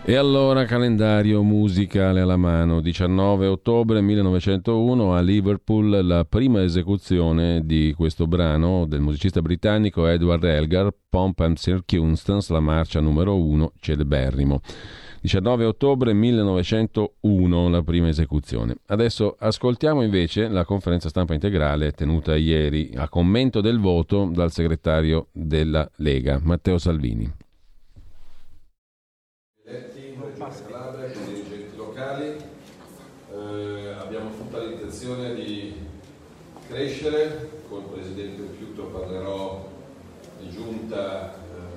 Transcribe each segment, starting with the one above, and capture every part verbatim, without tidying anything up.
E allora calendario musicale alla mano, diciannove ottobre millenovecentouno a Liverpool la prima esecuzione di questo brano del musicista britannico Edward Elgar, Pomp and Circumstance, la marcia numero uno, celeberrimo. diciannove ottobre millenovecentouno la prima esecuzione. Adesso ascoltiamo invece la conferenza stampa integrale tenuta ieri a commento del voto dal segretario della Lega, Matteo Salvini. Calabria, con i dirigenti locali, eh, abbiamo tutta l'intenzione di crescere. Con il Presidente Occhiuto parlerò di giunta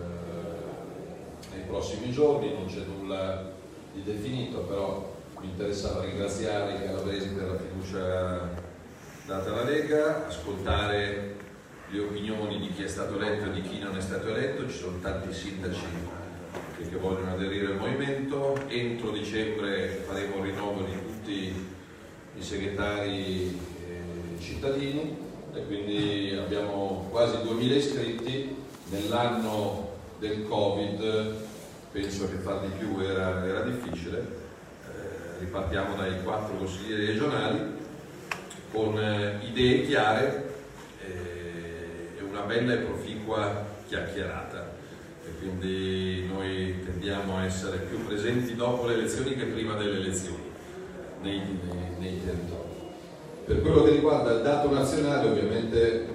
eh, nei prossimi giorni, non c'è nulla di definito, però mi interessava ringraziare i calabresi per la fiducia data alla Lega, ascoltare le opinioni di chi è stato eletto e di chi non è stato eletto. Ci sono tanti sindaci che vogliono aderire al movimento. Entro dicembre faremo il rinnovo di tutti i segretari eh, cittadini e quindi abbiamo quasi duemila iscritti. Nell'anno del Covid penso che far di più era, era difficile. Eh, ripartiamo dai quattro consiglieri regionali con eh, idee chiare eh, e una bella e proficua chiacchierata. E quindi noi tendiamo a essere più presenti dopo le elezioni che prima delle elezioni nei, nei, nei territori. Per quello che riguarda il dato nazionale, ovviamente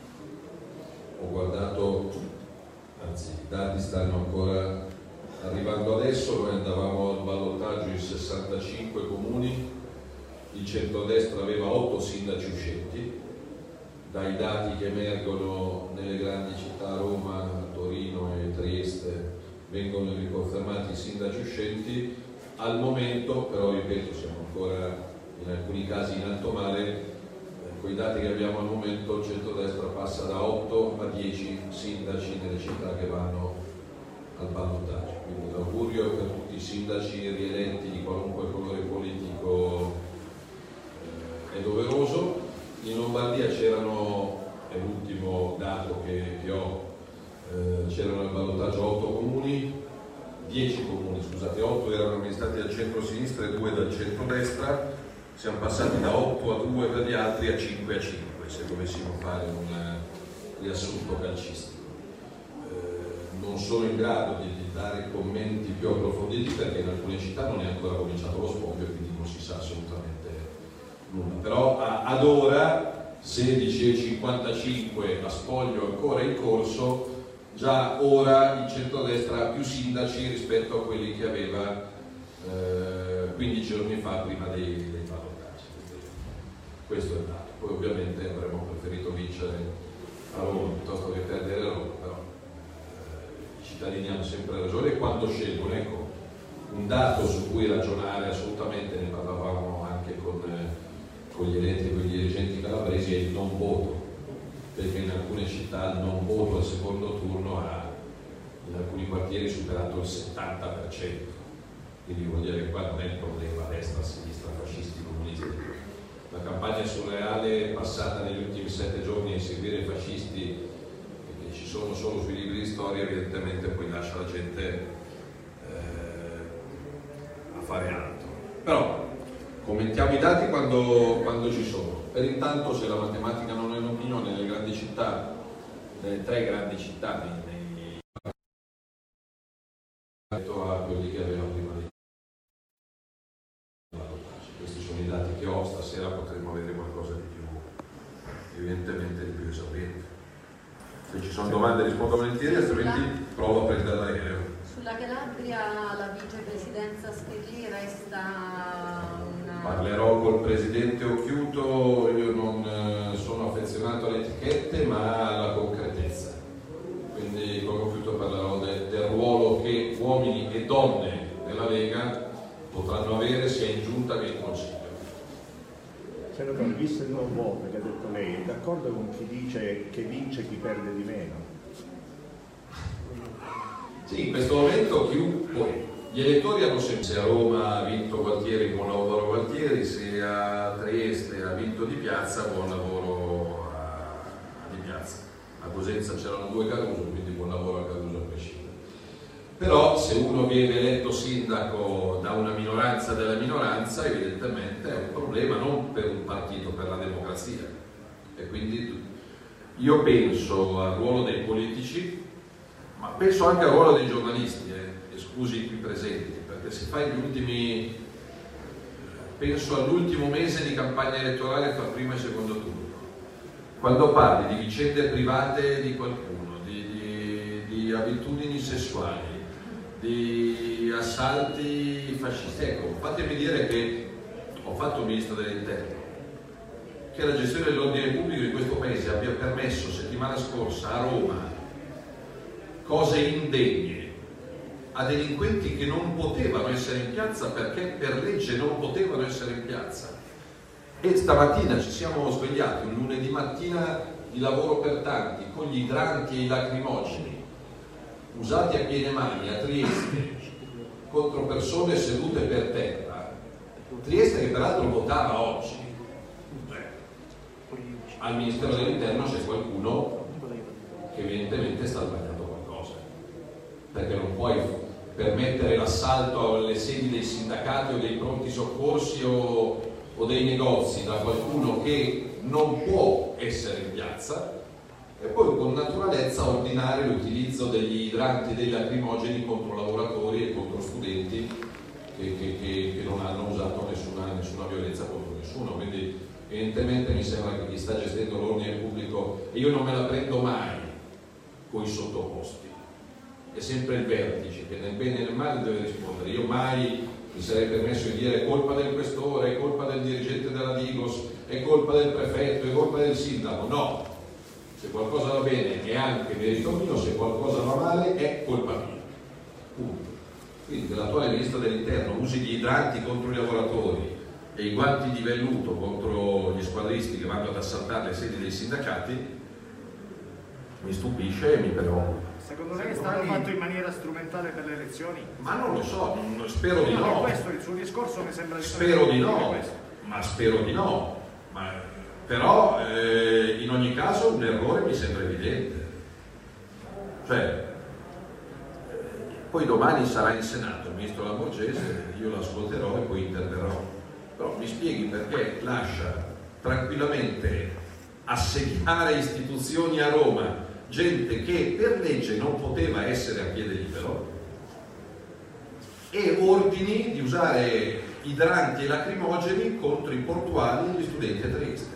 ho guardato, anzi i dati stanno ancora arrivando adesso. Noi andavamo al ballottaggio in sessantacinque comuni, il centrodestra aveva otto sindaci uscenti. Dai dati che emergono nelle grandi città, Roma, Torino e Trieste, vengono riconfermati i sindaci uscenti. Al momento, però ripeto, siamo ancora in alcuni casi in alto mare, eh, con i dati che abbiamo al momento il centrodestra passa da otto a dieci sindaci nelle città che vanno al ballottaggio. Quindi l'augurio per tutti i sindaci rieletti di qualunque colore politico eh, è doveroso. In Lombardia c'erano, è l'ultimo dato che, che ho, eh, c'erano al ballottaggio otto comuni, dieci comuni, scusate, otto erano amministrati dal centro-sinistra e due dal centro-destra. Siamo passati da otto a due per gli altri a cinque a cinque, se dovessimo fare un riassunto calcistico. Eh, non sono in grado di, di dare commenti più approfonditi perché in alcune città non è ancora cominciato lo spoglio, quindi non si sa assolutamente nulla. Però a, ad ora sedici e cinquantacinque a spoglio ancora in corso. Già ora il centrodestra ha più sindaci rispetto a quelli che aveva eh, quindici giorni fa prima dei, dei ballottaggi. Questo è il dato. Poi ovviamente avremmo preferito vincere a Roma piuttosto che perdere a Roma, però eh, i cittadini hanno sempre ragione quando scelgono. Ecco, un dato su cui ragionare assolutamente, ne parlavamo anche con, eh, con gli eletti e con gli dirigenti calabresi, è il non voto, perché in alcune città il non voto al secondo turno ha in alcuni quartieri superato il settanta per cento. Quindi vuol dire che qua non è il problema destra, sinistra, fascisti, comunisti. La campagna surreale passata negli ultimi sette giorni a inseguire i fascisti, che ci sono solo sui libri di storia, evidentemente poi lascia la gente eh, a fare altro. Però commentiamo i dati quando, quando ci sono. Per intanto, se la matematica non è un'opinione, nelle grandi città, nelle tre grandi città, nei, nei... a quelli che avevano prima di questi sono i dati che ho. Stasera potremo avere qualcosa di più, evidentemente di più esauriente. Se ci sono domande rispondo volentieri, altrimenti provo a prendere l'aereo. Sulla Calabria la vicepresidenza Schirri resta una... Parlerò col presidente Occhiuto. Io non eh, sono affezionato alle etichette ma alla concretezza, quindi con Occhiuto parlerò de, del ruolo che uomini e donne della Lega potranno avere sia in giunta che in consiglio. Senatore, visto il non voto che ha detto lei, è d'accordo con chi dice che vince chi perde di meno? Sì, in questo momento chiunque, gli elettori hanno sempre, se a Roma ha vinto Gualtieri, buon lavoro Gualtieri, se a Trieste ha vinto Di Piazza, buon lavoro a, a Di Piazza. A Cosenza c'erano due Caruso, quindi buon lavoro a Caruso a prescindere. Però se uno viene eletto sindaco da una minoranza della minoranza, evidentemente è un problema non per un partito, per la democrazia. E quindi io penso al ruolo dei politici, ma penso anche al ruolo dei giornalisti, eh, esclusi qui presenti, perché si fa gli ultimi, penso all'ultimo mese di campagna elettorale tra primo e secondo turno. Quando parli di vicende private di qualcuno, di, di, di abitudini sessuali, di assalti fascisti, ecco, fatemi dire che ho fatto il ministro dell'interno, che la gestione dell'ordine pubblico in questo paese abbia permesso settimana scorsa a Roma cose indegne a delinquenti che non potevano essere in piazza perché per legge non potevano essere in piazza. E stamattina ci siamo svegliati, un lunedì mattina di lavoro per tanti, con gli idranti e i lacrimogeni usati a piene mani a Trieste contro persone sedute per terra. Trieste che peraltro votava oggi. Al Ministero dell'Interno c'è qualcuno che evidentemente sta sbagliando qualcosa, perché non puoi permettere l'assalto alle sedi dei sindacati o dei pronti soccorsi o o dei negozi da qualcuno che non può essere in piazza e poi con naturalezza ordinare l'utilizzo degli idranti e dei lacrimogeni contro lavoratori e contro studenti che, che, che, che non hanno usato nessuna, nessuna violenza contro nessuno. Quindi evidentemente mi sembra che chi sta gestendo l'ordine pubblico, e io non me la prendo mai con i sottoposti, è sempre il vertice che nel bene e nel male deve rispondere. Io mai mi sarei permesso di dire è colpa del questore, è colpa del dirigente della Digos, è colpa del prefetto, è colpa del sindaco. No, se qualcosa va bene è anche merito mio, se qualcosa va male è colpa mia. Punto. Quindi che l'attuale ministro dell'Interno usi gli idranti contro i lavoratori e i guanti di velluto contro gli squadristi che vanno ad assaltare le sedi dei sindacati mi stupisce e mi preoccupa. Secondo lei è stato fatto in maniera strumentale per le elezioni? Ma non lo so, non, spero di no. Questo il suo discorso mi sembra di spero di no, ma spero di no. Ma, però eh, in ogni caso un errore mi sembra evidente. Cioè, eh, poi domani sarà in Senato il ministro Lamorgese, io l'ascolterò e poi interverrò. Però mi spieghi perché lascia tranquillamente assediare istituzioni a Roma gente che per legge non poteva essere a piede libero e ordini di usare idranti e lacrimogeni contro i portuali e gli studenti a Trieste.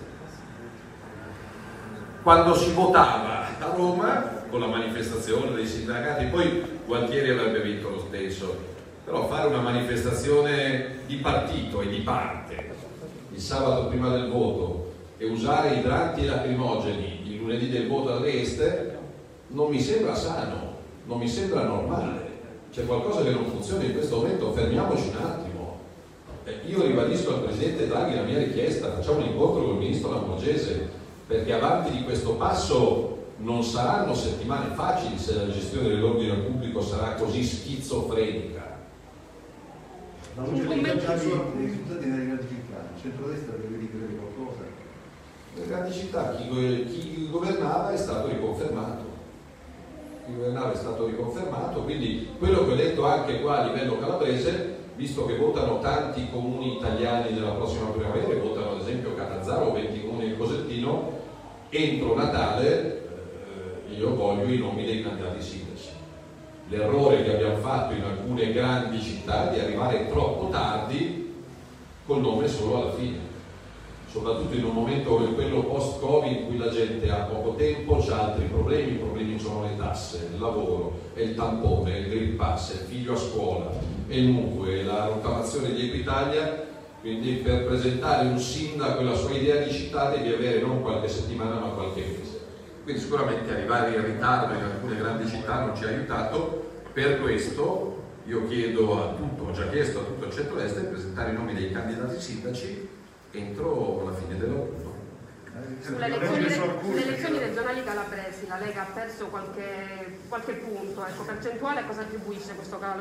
Quando si votava a Roma con la manifestazione dei sindacati, poi Gualtieri avrebbe vinto lo stesso, però fare una manifestazione di partito e di parte il sabato prima del voto e usare idranti e lacrimogeni il lunedì del voto a Trieste non mi sembra sano, non mi sembra normale. C'è qualcosa che non funziona in questo momento, fermiamoci un attimo. Eh, io ribadisco al Presidente Draghi la mia richiesta, facciamo un incontro con il Ministro Lamorgese, perché avanti di questo passo non saranno settimane facili se la gestione dell'ordine pubblico sarà così schizofrenica. Ma non c'è i risultati nelle grandi città, il centrodestra deve richiedere qualcosa. Nelle grandi città chi, chi governava è stato riconfermato. Chi governava è stato riconfermato, quindi quello che ho detto anche qua a livello calabrese, visto che votano tanti comuni italiani nella prossima primavera, votano ad esempio Catanzaro o venti comuni del Cosentino, entro Natale eh, io voglio i nomi dei candidati sindaci. L'errore che abbiamo fatto in alcune grandi città di arrivare troppo tardi col nome solo alla fine, soprattutto in un momento come quello post-Covid in cui la gente ha poco tempo, c'ha altri problemi, i problemi sono le tasse, il lavoro, è il tampone, è il Green Pass, è il figlio a scuola, è il mutuo, è la rottamazione di Equitalia, quindi per presentare un sindaco e la sua idea di città devi avere non qualche settimana ma qualche mese. Quindi sicuramente arrivare in ritardo in alcune grandi città non ci ha aiutato, per questo io chiedo a tutto, ho già chiesto a tutto il centro-est di presentare i nomi dei candidati sindaci entro la fine dell'autunno. Sulle elezioni, sulle elezioni regionali calabresi la Lega ha perso qualche, qualche punto, ecco, percentuale, a cosa attribuisce questo calo?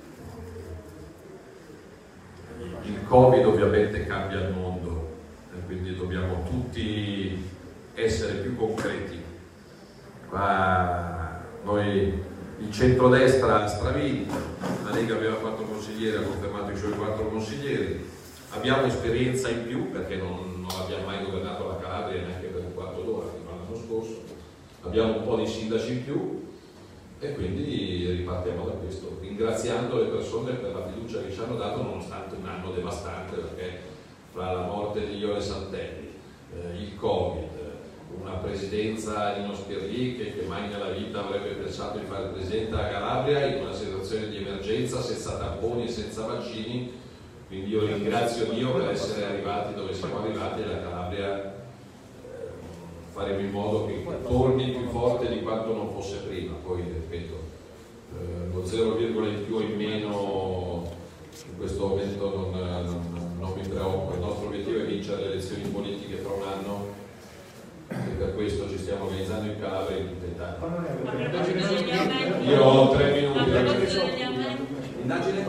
Il Covid ovviamente cambia il mondo e quindi dobbiamo tutti essere più concreti. Ma noi il centrodestra ha stravinto, la Lega aveva quattro consiglieri, ha confermato i suoi quattro consiglieri, abbiamo esperienza in più perché non, non abbiamo mai governato la Calabria neanche per un quarto d'ora fino all'anno scorso, abbiamo un po' di sindaci in più e quindi ripartiamo da questo, ringraziando le persone per la fiducia che ci hanno dato nonostante un anno devastante, perché fra la morte di Iole Santelli, eh, il Covid, una presidenza di Nospierli che, che mai nella vita avrebbe pensato di fare presidente della Calabria in una situazione di emergenza senza tamponi e senza vaccini, quindi io ringrazio Dio per essere arrivati dove siamo arrivati e la Calabria eh, faremo in modo che torni più forte di quanto non fosse prima. Poi ripeto, eh, lo zero virgola in più o in meno in questo momento non, non, non mi preoccupa, il nostro obiettivo è vincere le elezioni politiche tra un anno e per questo ci stiamo organizzando in Calabria e in tutta Italia. Io ho tre minuti da indagine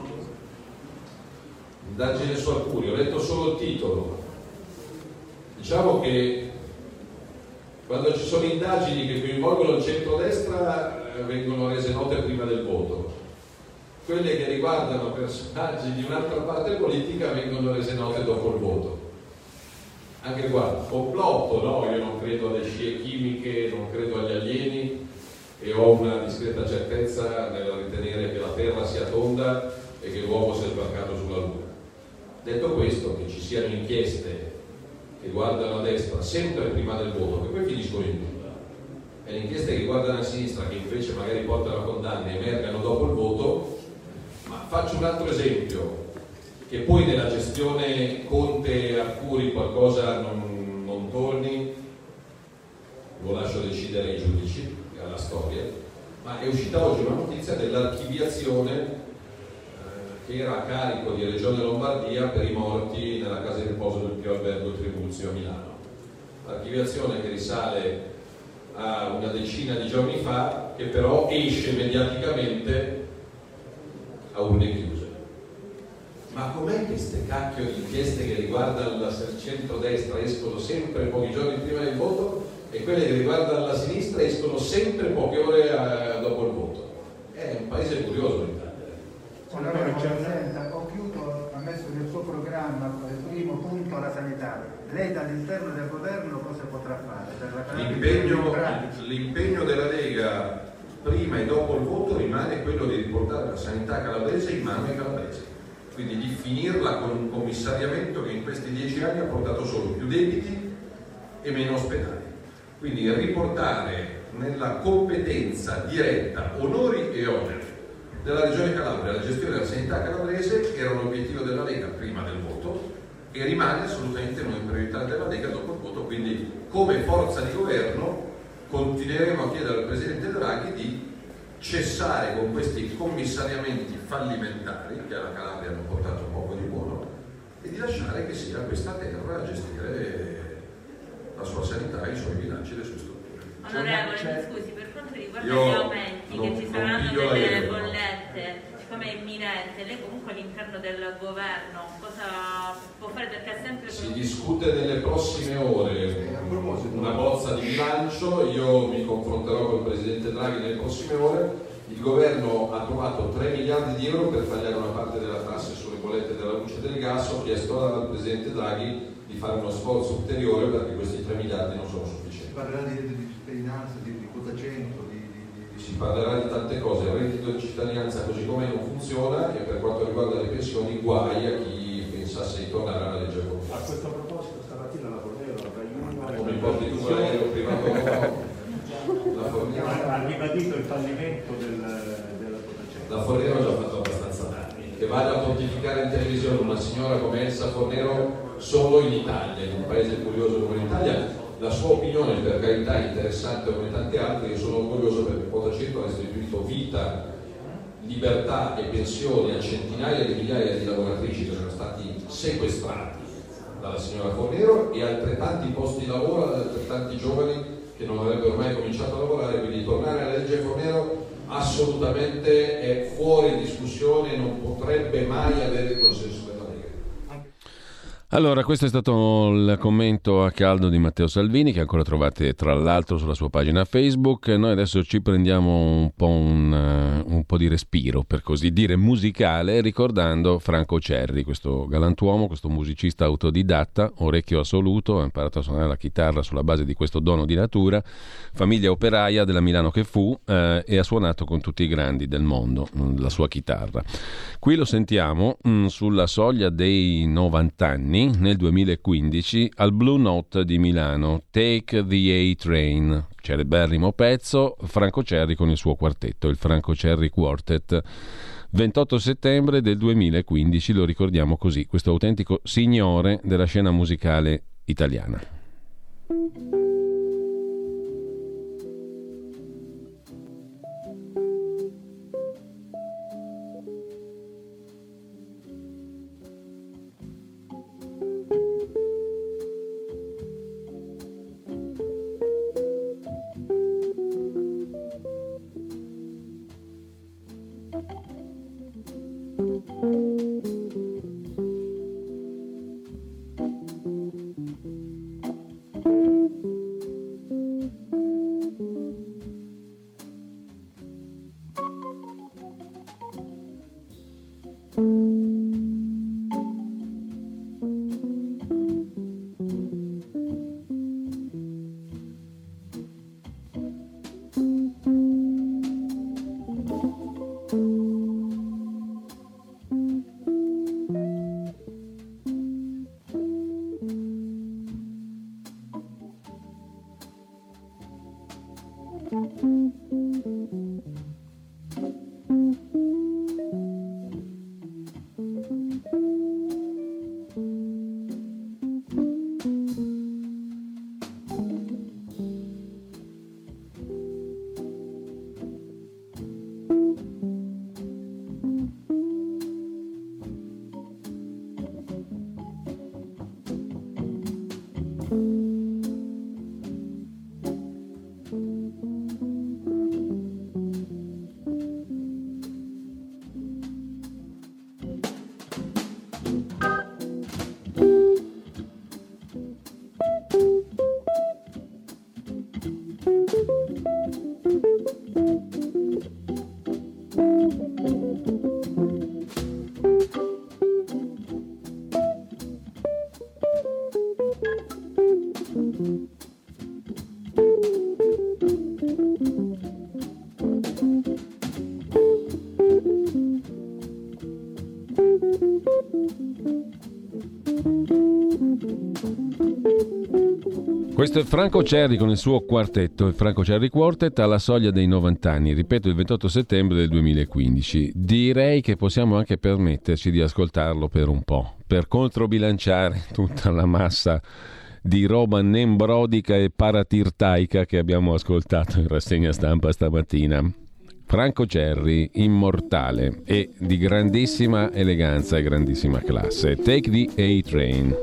indagine su Arcuri, ho letto solo il titolo. Diciamo che quando ci sono indagini che coinvolgono il centrodestra eh, vengono rese note prima del voto, quelle che riguardano personaggi di un'altra parte politica vengono rese note dopo il voto. Anche qua, complotto, no? Io non credo alle scie chimiche, non credo agli alieni e ho una discreta certezza nel ritenere che la Terra sia tonda e che l'uomo sia sbarcato sulla Luna. Detto questo, che ci siano inchieste che guardano a destra sempre prima del voto, che poi finiscono in nulla, e le inchieste che guardano a sinistra, che invece magari portano a condanne, emergano dopo il voto. Ma faccio un altro esempio, che poi nella gestione Conte-Arcuri qualcosa non, non torni, lo lascio decidere ai giudici, alla storia, ma è uscita oggi una notizia dell'archiviazione eh, che era a carico di Regione Lombardia per i morti nella casa di riposo del Pio Albergo Tribuzio a Milano. L'archiviazione che risale a una decina di giorni fa, che però esce mediaticamente a urne chiuse. Ma com'è che queste cacchio di inchieste che riguardano la centrodestra escono sempre pochi giorni prima del voto e quelle che riguardano la sinistra escono sempre poche ore a, dopo il voto? È un paese curioso l'Italia. Onorevole Presidente, Occhiuto ha messo nel suo programma il primo punto la sanità. Lei dall'interno del governo cosa potrà fare? Per la l'impegno, l'impegno della Lega prima e dopo il voto rimane quello di riportare la sanità calabrese in mano ai calabresi. Quindi di finirla con un commissariamento che in questi dieci anni ha portato solo più debiti e meno ospedali. Quindi riportare nella competenza diretta onori e oneri della Regione Calabria la gestione della sanità calabrese era un obiettivo della Lega prima del voto e rimane assolutamente una priorità della Lega dopo il voto. Quindi come forza di governo continueremo a chiedere al Presidente Draghi di cessare con questi commissariamenti fallimentari che alla Calabria hanno portato poco di buono e di lasciare che sia questa terra a gestire la sua sanità, i suoi bilanci e le sue strutture. Onorevole, mi scusi, per quanto riguarda Io gli aumenti non, che ci saranno delle l'aereo. bollette, siccome è imminente, lei comunque all'interno del governo cosa può fare, perché ha sempre... Si discute nelle prossime ore una bozza di bilancio, io mi confronterò con il Presidente Draghi nelle prossime ore. Il governo ha trovato tre miliardi di euro per tagliare una parte della tasse sulle bollette della luce e del gas. Ho chiesto al Presidente Draghi di fare uno sforzo ulteriore perché questi tre miliardi non sono sufficienti. Si parlerà di reddito di cittadinanza, di, di quota cento, di, di, di... Si parlerà di tante cose, il reddito di cittadinanza così come non funziona e per quanto riguarda le pensioni guai a chi pensasse di tornare alla legge A questo proposito stamattina la Fornero avrà come porti tu con l'aereo privato la Fornero ha ribadito il fallimento del, della quota cento. La Fornero ha già fatto abbastanza danni, che vada a pontificare in televisione una signora come Elsa Fornero solo in Italia, in un paese curioso come l'Italia. La sua opinione per carità è interessante come tante altre, io sono orgoglioso perché quota cento ha restituito vita, libertà e pensioni a centinaia di migliaia di lavoratrici che sono stati sequestrati dalla signora Fornero e altrettanti posti di lavoro ad altrettanti giovani che non avrebbero mai cominciato a lavorare. Quindi tornare alla legge Fornero assolutamente è fuori discussione e non potrebbe mai avere il consenso della Lega. Allora, questo è stato il commento a caldo di Matteo Salvini, che ancora trovate tra l'altro sulla sua pagina Facebook. Noi adesso ci prendiamo un po', un, uh, un po' di respiro, per così dire, musicale, ricordando Franco Cerri, questo galantuomo, questo musicista autodidatta, orecchio assoluto, ha imparato a suonare la chitarra sulla base di questo dono di natura, famiglia operaia della Milano che fu, eh, e ha suonato con tutti i grandi del mondo mh, la sua chitarra. Qui lo sentiamo mh, sulla soglia dei novanta anni, nel duemilaquindici, al Blue Note di Milano, Take the A-Train, celeberrimo pezzo, Franco Cerri con il suo quartetto, il Franco Cerri Quartet. ventotto settembre del duemilaquindici, lo ricordiamo così, questo autentico signore della scena musicale italiana. Questo è Franco Cerri con il suo quartetto, il Franco Cerri Quartet, alla soglia dei novanta anni, ripeto, il ventotto settembre del duemilaquindici. Direi che possiamo anche permetterci di ascoltarlo per un po', per controbilanciare tutta la massa di roba nembrodica e paratirtaica che abbiamo ascoltato in rassegna stampa stamattina. Franco Cerri, immortale e di grandissima eleganza e grandissima classe. Take the A-Train.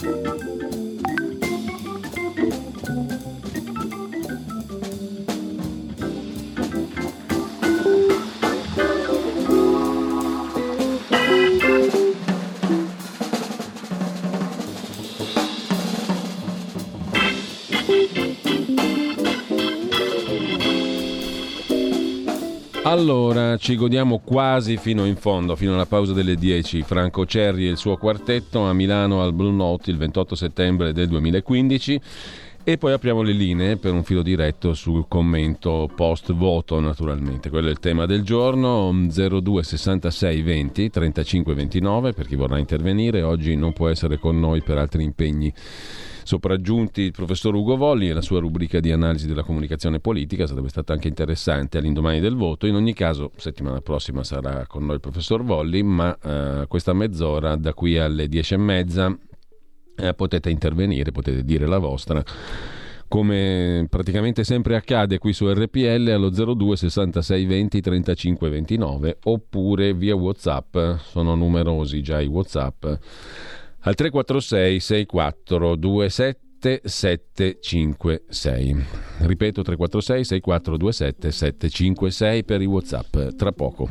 Allora, ci godiamo quasi fino in fondo, fino alla pausa delle dieci. Franco Cerri e il suo quartetto a Milano al Blue Note il ventotto settembre del duemilaquindici e poi apriamo le linee per un filo diretto sul commento post voto, naturalmente. Quello è il tema del giorno. zero due sessantasei venti trentacinque ventinove per chi vorrà intervenire. Oggi non può essere con noi per altri impegni sopraggiunti il professor Ugo Volli e la sua rubrica di analisi della comunicazione politica sarebbe stata anche interessante all'indomani del voto. In ogni caso settimana prossima sarà con noi il professor Volli, ma eh, questa mezz'ora da qui alle dieci e mezza eh, potete intervenire, potete dire la vostra, come praticamente sempre accade qui su R P L, allo zero due sessantasei venti trentacinque ventinove, oppure via WhatsApp. Sono numerosi già i WhatsApp al tre quattro sei sei quattro due sette sette cinque sei. Ripeto, tre quattro sei sei quattro due sette sette cinque sei per i WhatsApp. Tra poco.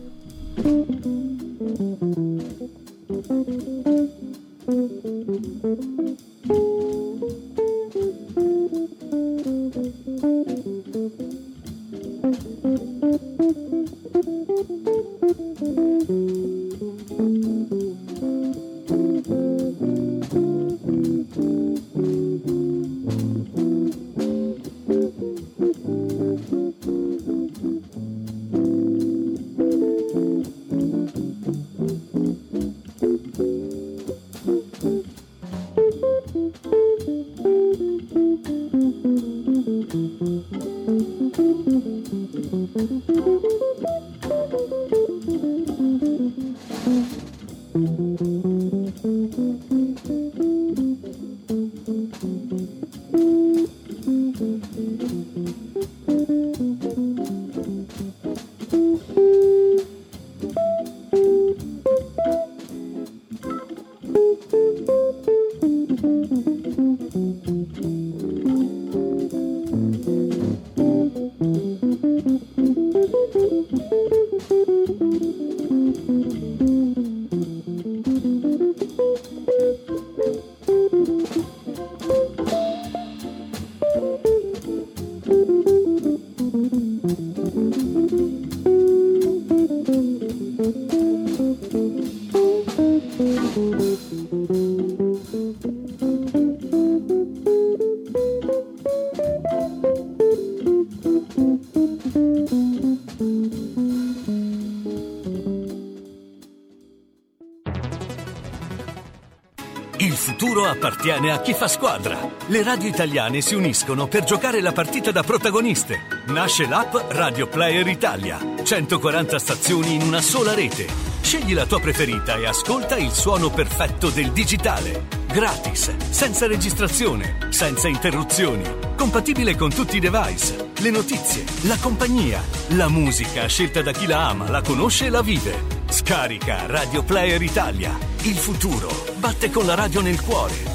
Appartiene a chi fa squadra. Le radio italiane si uniscono per giocare la partita da protagoniste. Nasce l'app Radio Player Italia. centoquaranta stazioni in una sola rete. Scegli la tua preferita e ascolta il suono perfetto del digitale. Gratis, senza registrazione, senza interruzioni. Compatibile con tutti i device. Le notizie, la compagnia, la musica scelta da chi la ama, la conosce e la vive. Scarica Radio Player Italia. Il futuro batte con la radio nel cuore.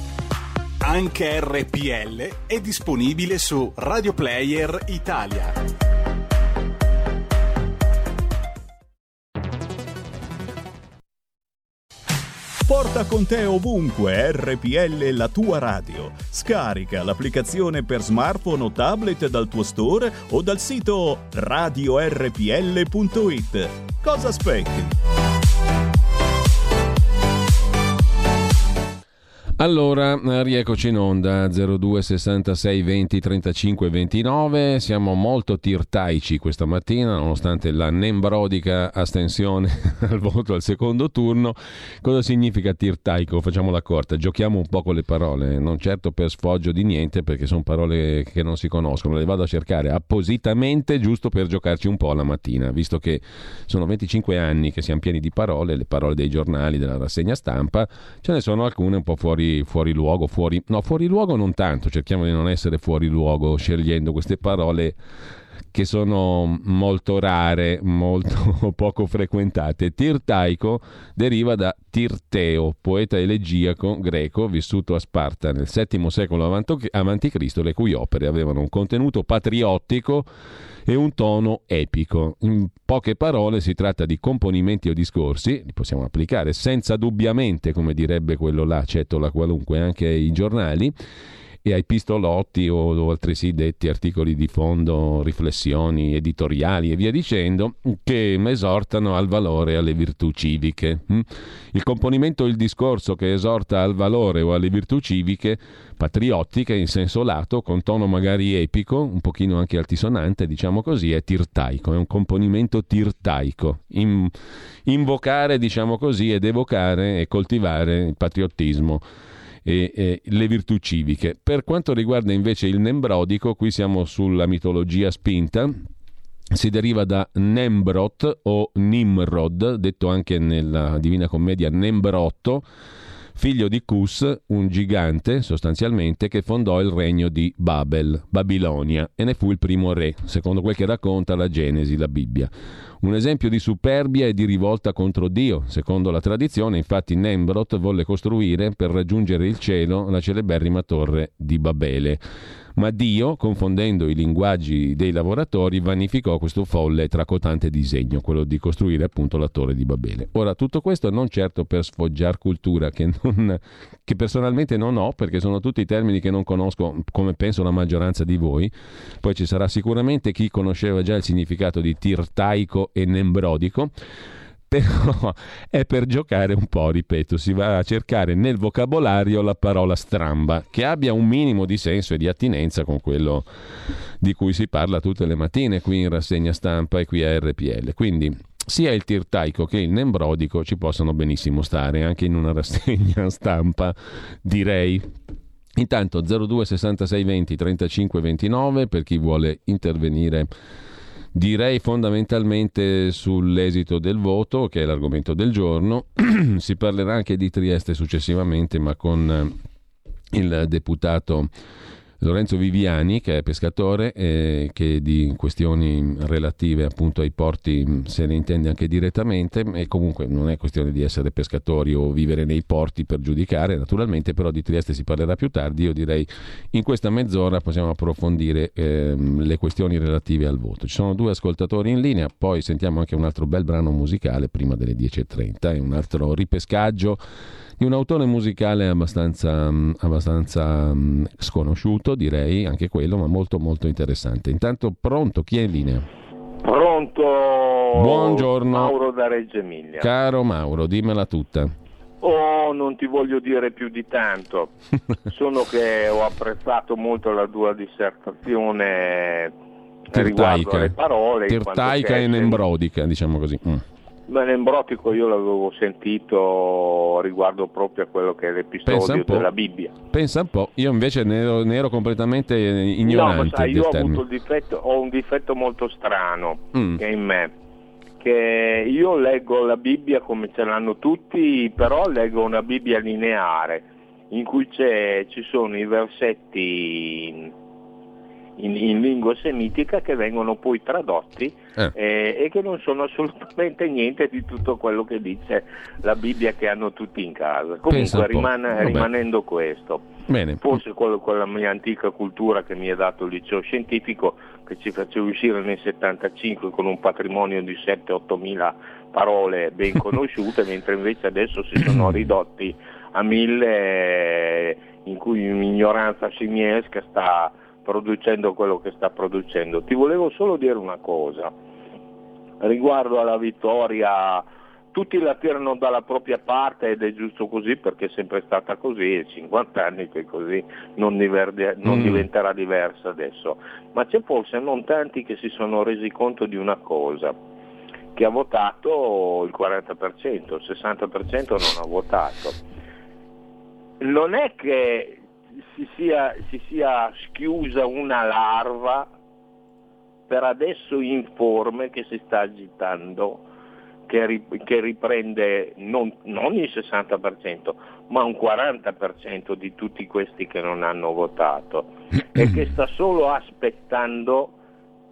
Anche R P L è disponibile su Radio Player Italia. Porta con te ovunque R P L, la tua radio. Scarica l'applicazione per smartphone o tablet dal tuo store o dal sito radio r p l punto i t. Cosa aspetti? Allora, rieccoci in onda, zero due sessantasei venti trentacinque ventinove. Siamo molto tirtaici questa mattina, nonostante la nembrodica astensione al voto al secondo turno. Cosa significa tirtaico? Facciamola corta, giochiamo un po' con le parole, non certo per sfoggio di niente, perché sono parole che non si conoscono, le vado a cercare appositamente giusto per giocarci un po' la mattina, visto che sono venticinque anni che siamo pieni di parole, le parole dei giornali, della rassegna stampa, ce ne sono alcune un po' fuori fuori luogo, fuori no, fuori luogo non tanto, cerchiamo di non essere fuori luogo scegliendo queste parole che sono molto rare, molto poco frequentate. Tirtaiko deriva da Tirteo, poeta elegiaco greco vissuto a Sparta nel settimo secolo avanti Cristo, le cui opere avevano un contenuto patriottico e un tono epico. In poche parole si tratta di componimenti o discorsi, li possiamo applicare senza dubbiamente, come direbbe quello là, Cettola qualunque, anche ai giornali e ai pistolotti o, o altresì detti articoli di fondo, riflessioni editoriali e via dicendo, che esortano al valore e alle virtù civiche. Il componimento o il discorso che esorta al valore o alle virtù civiche patriottiche in senso lato, con tono magari epico, un pochino anche altisonante, diciamo così, è tirtaico, è un componimento tirtaico. In, invocare, diciamo così, ed evocare e coltivare il patriottismo e, e le virtù civiche. Per quanto riguarda invece il nembrodico, qui siamo sulla mitologia spinta. Si deriva da Nembrot o Nimrod, detto anche nella Divina Commedia Nembrotto, figlio di Cus, un gigante sostanzialmente che fondò il regno di Babel, Babilonia, e ne fu il primo re, secondo quel che racconta la Genesi, la Bibbia. Un esempio di superbia e di rivolta contro Dio. Secondo la tradizione, infatti, Nemrod volle costruire per raggiungere il cielo la celeberrima torre di Babele. Ma Dio, confondendo i linguaggi dei lavoratori, vanificò questo folle e tracotante disegno, quello di costruire appunto la torre di Babele. Ora, tutto questo non certo per sfoggiar cultura, che, non, che personalmente non ho, perché sono tutti termini che non conosco, come penso la maggioranza di voi. Poi ci sarà sicuramente chi conosceva già il significato di tirtaico e nembrodico, però è per giocare un po', ripeto, si va a cercare nel vocabolario la parola stramba, che abbia un minimo di senso e di attinenza con quello di cui si parla tutte le mattine qui in rassegna stampa e qui a R P L. Quindi sia il tirtaico che il nembrodico ci possono benissimo stare anche in una rassegna stampa, direi. Intanto zero due sessantasei venti trentacinque ventinove per chi vuole intervenire, direi fondamentalmente sull'esito del voto, che è l'argomento del giorno. Si parlerà anche di Trieste successivamente, ma con il deputato Lorenzo Viviani, che è pescatore, eh, che di questioni relative appunto ai porti se ne intende anche direttamente, e comunque non è questione di essere pescatori o vivere nei porti per giudicare, naturalmente, però di Trieste si parlerà più tardi. Io direi in questa mezz'ora possiamo approfondire eh, le questioni relative al voto. Ci sono due ascoltatori in linea, poi sentiamo anche un altro bel brano musicale prima delle dieci e trenta e un altro ripescaggio di un autore musicale abbastanza, abbastanza sconosciuto, direi, anche quello, ma molto molto interessante. Intanto, pronto? Chi è in linea? Pronto? Buongiorno. Mauro da Reggio Emilia. Caro Mauro, dimmela tutta. Oh, non ti voglio dire più di tanto. Sono che ho apprezzato molto la tua dissertazione riguardo alle parole. Tirtaica e nembrodica, diciamo così. Mm. Ma l'embrotico io l'avevo sentito riguardo proprio a quello che è l'episodio della Bibbia. Pensa un po', io invece ne ero, ne ero completamente ignorante. No, ma sai, io ho termine. avuto il difetto, ho un difetto molto strano mm. che è in me, che io leggo la Bibbia come ce l'hanno tutti, però leggo una Bibbia lineare in cui c'è, ci sono i versetti In, in lingua semitica che vengono poi tradotti eh. Eh, e che non sono assolutamente niente di tutto quello che dice la Bibbia che hanno tutti in casa. Comunque rimane, rimanendo questo, Bene. forse quello, quella mia antica cultura che mi ha dato il liceo scientifico, che ci faceva uscire nel settantacinque con un patrimonio di sette otto mila parole ben conosciute, mentre invece adesso si sono ridotti a mille, in cui un'ignoranza simiesca sta producendo quello che sta producendo. Ti volevo solo dire una cosa riguardo alla vittoria. Tutti la tirano dalla propria parte ed è giusto così, perché è sempre stata così, è cinquanta anni che così non, diver- non mm. diventerà diversa adesso, ma c'è forse non tanti che si sono resi conto di una cosa, che ha votato il quaranta per cento, il sessanta per cento non ha votato. Non è che Si sia, si sia schiusa una larva per adesso informe che si sta agitando, che, ri, che riprende non, non il sessanta per cento ma un quaranta per cento di tutti questi che non hanno votato e che sta solo aspettando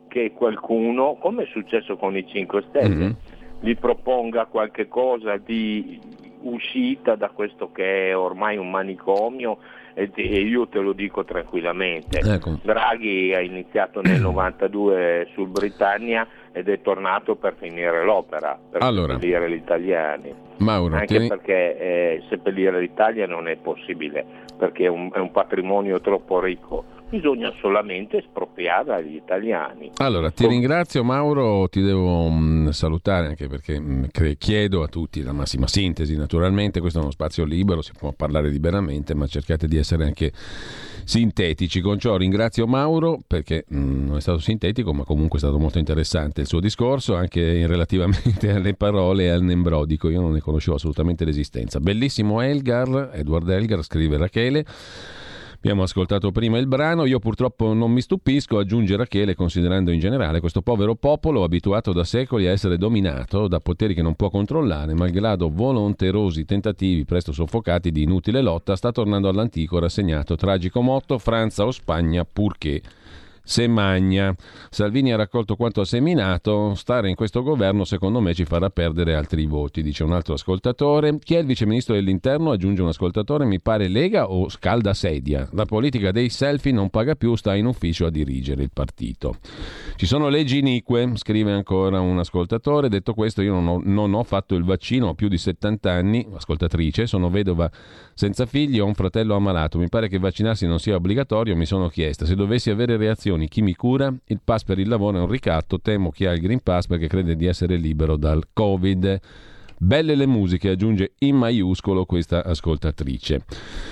che qualcuno, come è successo con i cinque Stelle, mm-hmm. gli proponga qualche cosa di uscita da questo che è ormai un manicomio, e io te lo dico tranquillamente. Ecco. Draghi ha iniziato nel novantadue sul Britannia ed è tornato per finire l'opera, per allora. seppellire gli italiani. Mauro, anche tieni... perché eh, seppellire l'Italia non è possibile, perché è un, è un patrimonio troppo ricco, bisogna solamente espropriare agli italiani. Allora, ti ringrazio Mauro, ti devo mh, salutare anche perché mh, cre- chiedo a tutti la massima sintesi, naturalmente questo è uno spazio libero, si può parlare liberamente, ma cercate di essere anche sintetici. Con ciò ringrazio Mauro perché mh, non è stato sintetico, ma comunque è stato molto interessante il suo discorso, anche in relativamente alle parole e al nembrodico, io non ne conoscevo assolutamente l'esistenza. Bellissimo Elgar, Edward Elgar, scrive Rachele. Abbiamo ascoltato prima il brano, io purtroppo non mi stupisco, aggiunge Rachele, considerando in generale questo povero popolo abituato da secoli a essere dominato da poteri che non può controllare, malgrado volonterosi tentativi presto soffocati di inutile lotta, sta tornando all'antico rassegnato tragico motto Francia o Spagna purché se magna. Salvini ha raccolto quanto ha seminato, stare in questo governo secondo me ci farà perdere altri voti, dice un altro ascoltatore. Chi è il vice ministro dell'interno? Aggiunge un ascoltatore, mi pare Lega o scalda sedia. La politica dei selfie non paga più, sta in ufficio a dirigere il partito. Ci sono leggi inique, scrive ancora un ascoltatore. Detto questo, io non ho, non ho fatto il vaccino, ho più di settanta anni, ascoltatrice, sono vedova senza figli, ho un fratello ammalato, mi pare che vaccinarsi non sia obbligatorio, mi sono chiesta se dovessi avere reazioni chi mi cura? Il pass per il lavoro è un ricatto, temo chi ha il Green Pass perché crede di essere libero dal Covid. Belle le musiche, aggiunge in maiuscolo questa ascoltatrice.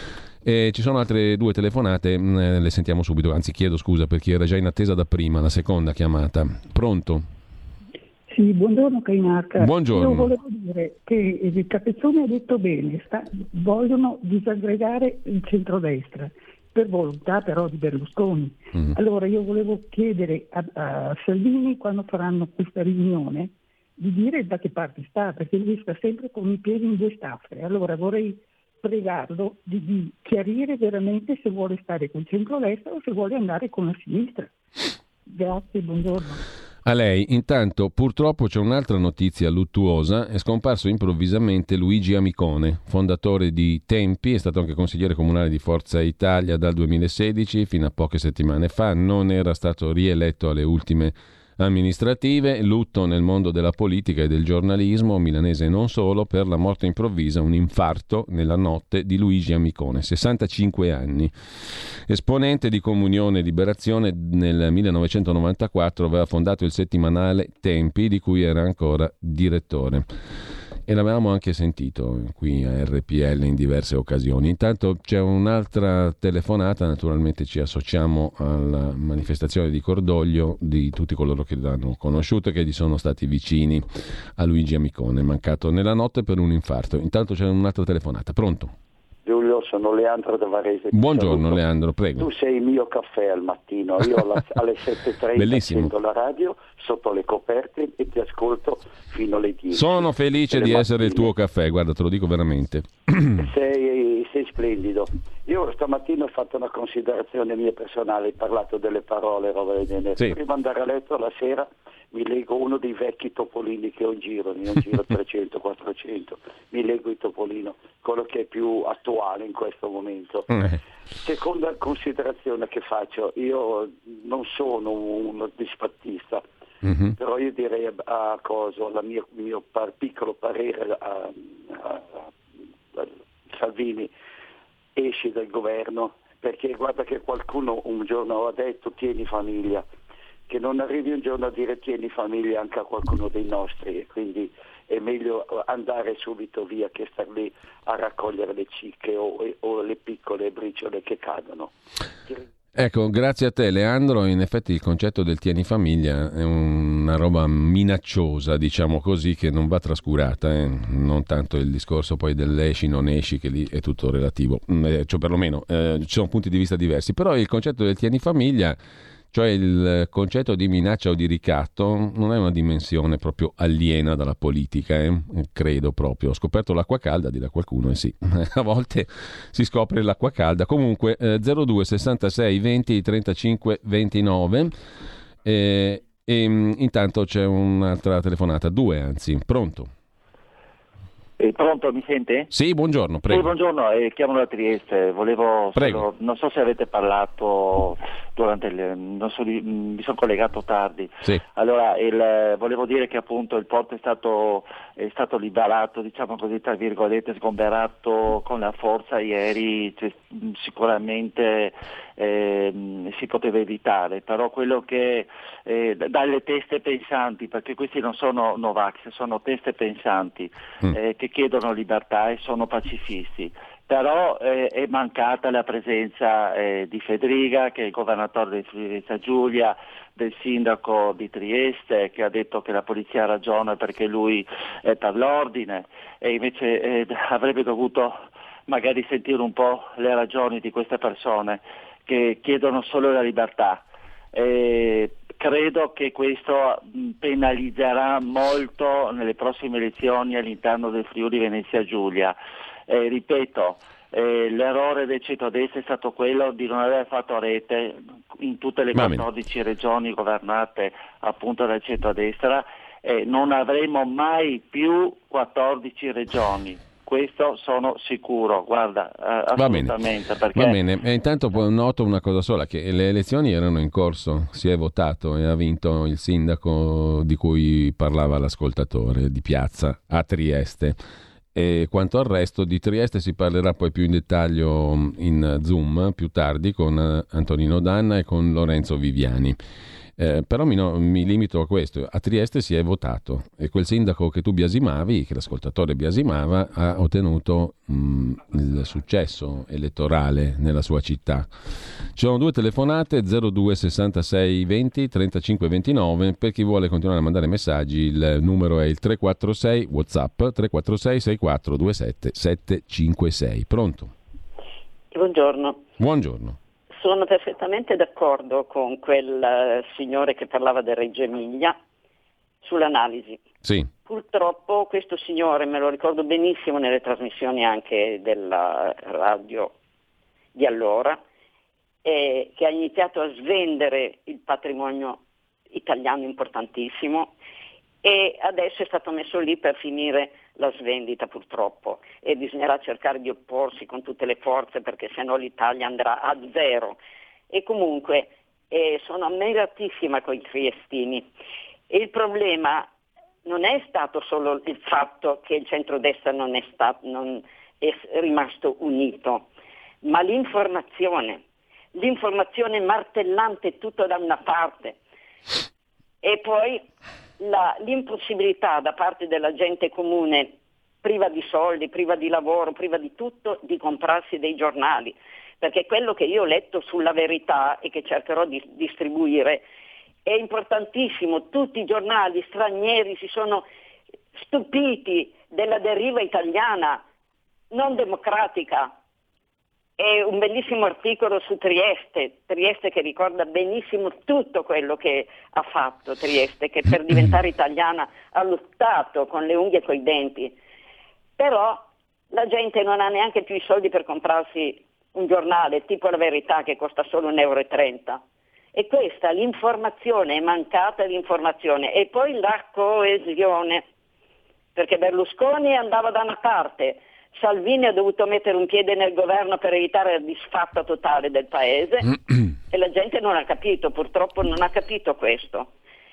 E ci sono altre due telefonate, eh, le sentiamo subito, anzi chiedo scusa per chi era già in attesa da prima, la seconda chiamata. Pronto? Sì, buongiorno Cainarca. Buongiorno. Io volevo dire che il Capezzone ha detto bene, sta, vogliono disaggregare il centrodestra per volontà però di Berlusconi. Mm. Allora io volevo chiedere a, a Salvini, quando faranno questa riunione, di dire da che parte sta, perché lui sta sempre con i piedi in due staffe. Allora vorrei pregarlo di, di chiarire veramente se vuole stare col centrodestra o se vuole andare con la sinistra. Grazie, buongiorno. A lei. Intanto purtroppo c'è un'altra notizia luttuosa, è scomparso improvvisamente Luigi Amicone, fondatore di Tempi, è stato anche consigliere comunale di Forza Italia dal duemilasedici fino a poche settimane fa, non era stato rieletto alle ultime amministrative. Lutto nel mondo della politica e del giornalismo milanese e non solo per la morte improvvisa, un infarto nella notte di Luigi Amicone, sessantacinque anni. Esponente di Comunione e Liberazione, nel millenovecentonovantaquattro aveva fondato il settimanale Tempi, di cui era ancora direttore. E l'avevamo anche sentito qui a R P L in diverse occasioni. Intanto c'è un'altra telefonata, naturalmente ci associamo alla manifestazione di cordoglio di tutti coloro che l'hanno conosciuto e che gli sono stati vicini a Luigi Amicone, mancato nella notte per un infarto. Intanto c'è un'altra telefonata. Pronto? Giulio, sono Leandro da Varese. Buongiorno Leandro, prego. Tu sei il mio caffè al mattino, io alla, alle sette e trenta accendo la radio sotto le coperte e ti ascolto fino alle dieci. Sono felice di mattine. Essere il tuo caffè, guarda, te lo dico veramente. Sei, sei splendido. Io stamattina ho fatto una considerazione mia personale, ho parlato delle parole, roba del genere. Sì. Prima di andare a letto la sera mi leggo uno dei vecchi topolini che ho in giro, ne ho in giro trecento quattrocento, mi leggo il topolino, quello che è più attuale in questo momento. Eh. Seconda considerazione che faccio, io non sono uno disfattista, mm-hmm. però io direi a, a cosa, la mia, il mio par, piccolo parere a, a, a Salvini, esci dal governo, perché guarda che qualcuno un giorno ha detto tieni famiglia, che non arrivi un giorno a dire tieni famiglia anche a qualcuno dei nostri, e quindi è meglio andare subito via che star lì a raccogliere le cicche o, o le piccole briciole che cadono. Ecco, grazie a te Leandro. In effetti il concetto del tieni famiglia è una roba minacciosa, diciamo così, che non va trascurata, eh? Non tanto il discorso poi dell'esci non esci, che lì è tutto relativo, eh, cioè perlomeno eh, ci sono punti di vista diversi, però il concetto del tieni famiglia, cioè il concetto di minaccia o di ricatto, non è una dimensione proprio aliena dalla politica, eh? Credo proprio. Ho scoperto l'acqua calda, dirà qualcuno, e eh sì, a volte si scopre l'acqua calda. Comunque eh, zero due sessantasei venti trentacinque ventinove, eh, E intanto c'è un'altra telefonata, due anzi. Pronto? Eh, pronto, mi sente? Sì, buongiorno, prego. Sì, buongiorno, eh, chiamo da Trieste, volevo, prego. non so se avete parlato durante il, non so, mi sono collegato tardi. Sì. Allora, il, volevo dire che appunto il porto è stato, è stato liberato, diciamo così, tra virgolette, sgomberato con la forza ieri, cioè, sicuramente eh, si poteva evitare, però quello che eh, dalle teste pensanti, perché questi non sono Novax, sono teste pensanti, mm. eh, che chiedono libertà e sono pacifisti, però eh, è mancata la presenza eh, di Fedriga, che è il governatore di Friuli-Venezia Giulia, del sindaco di Trieste, che ha detto che la polizia ha ragione perché lui è per l'ordine, e invece eh, avrebbe dovuto magari sentire un po' le ragioni di queste persone che chiedono solo la libertà. Eh, credo che questo penalizzerà molto nelle prossime elezioni all'interno del Friuli Venezia Giulia. Eh, ripeto, eh, l'errore del centrodestra è stato quello di non aver fatto rete in tutte le quattordici regioni governate appunto dal centrodestra. Eh, non avremo mai più quattordici regioni. Questo sono sicuro, guarda, eh, assolutamente. Va bene, perché... Va bene. E intanto poi noto una cosa sola, che le elezioni erano in corso, si è votato e ha vinto il sindaco di cui parlava l'ascoltatore di piazza a Trieste. E quanto al resto di Trieste si parlerà poi più in dettaglio in Zoom più tardi con Antonino Danna e con Lorenzo Viviani. Eh, però mi, no, mi limito a questo. A Trieste si è votato e quel sindaco che tu biasimavi, che l'ascoltatore biasimava, ha ottenuto mh, il successo elettorale nella sua città. Ci sono due telefonate, zero due sessantasei venti trentacinque ventinove. Per chi vuole continuare a mandare messaggi il numero è il tre quattro sei WhatsApp tre quattro sei sei quattro due sette sette cinque sei. Pronto? Buongiorno. Buongiorno. Sono perfettamente d'accordo con quel signore che parlava del Reggio Emilia sull'analisi. Sì. Purtroppo questo signore, me lo ricordo benissimo nelle trasmissioni anche della radio di allora, eh, che ha iniziato a svendere il patrimonio italiano importantissimo e adesso è stato messo lì per finire la svendita purtroppo e bisognerà cercare di opporsi con tutte le forze perché sennò l'Italia andrà a zero. E comunque eh, sono ammiratissima con i triestini e il problema non è stato solo il fatto che il centrodestra non è, stato, non è rimasto unito, ma l'informazione, l'informazione martellante tutto da una parte e poi La, l'impossibilità da parte della gente comune, priva di soldi, priva di lavoro, priva di tutto, di comprarsi dei giornali, perché quello che io ho letto sulla Verità e che cercherò di distribuire è importantissimo. Tutti i giornali stranieri si sono stupiti della deriva italiana non democratica. È un bellissimo articolo su Trieste, Trieste che ricorda benissimo tutto quello che ha fatto Trieste, che per diventare italiana ha lottato con le unghie e coi denti. Però la gente non ha neanche più i soldi per comprarsi un giornale tipo La Verità che costa solo un euro e trenta. E questa, l'informazione, è mancata l'informazione. E poi la coesione, perché Berlusconi andava da una parte, Salvini ha dovuto mettere un piede nel governo per evitare la disfatta totale del paese e la gente non ha capito, purtroppo non ha capito questo.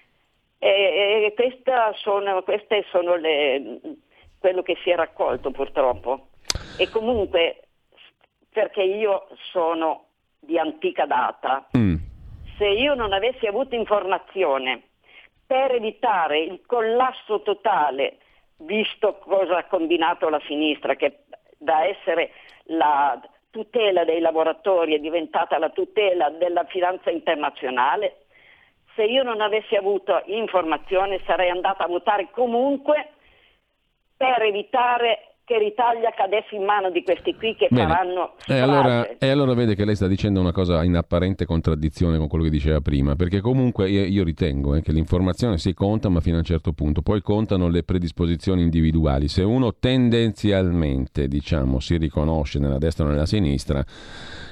E, e sono, queste sono le, quello che si è raccolto purtroppo. E comunque, perché io sono di antica data, mm. se io non avessi avuto informazione per evitare il collasso totale, visto cosa ha combinato la sinistra, che da essere la tutela dei lavoratori è diventata la tutela della finanza internazionale, se io non avessi avuto informazione sarei andata a votare comunque per evitare che l'Italia cadesse in mano di questi qui che Bene. faranno e allora, e allora vede che lei sta dicendo una cosa in apparente contraddizione con quello che diceva prima, perché comunque io, io ritengo eh, che l'informazione si conta ma fino a un certo punto, poi contano le predisposizioni individuali. Se uno tendenzialmente, diciamo, si riconosce nella destra o nella sinistra,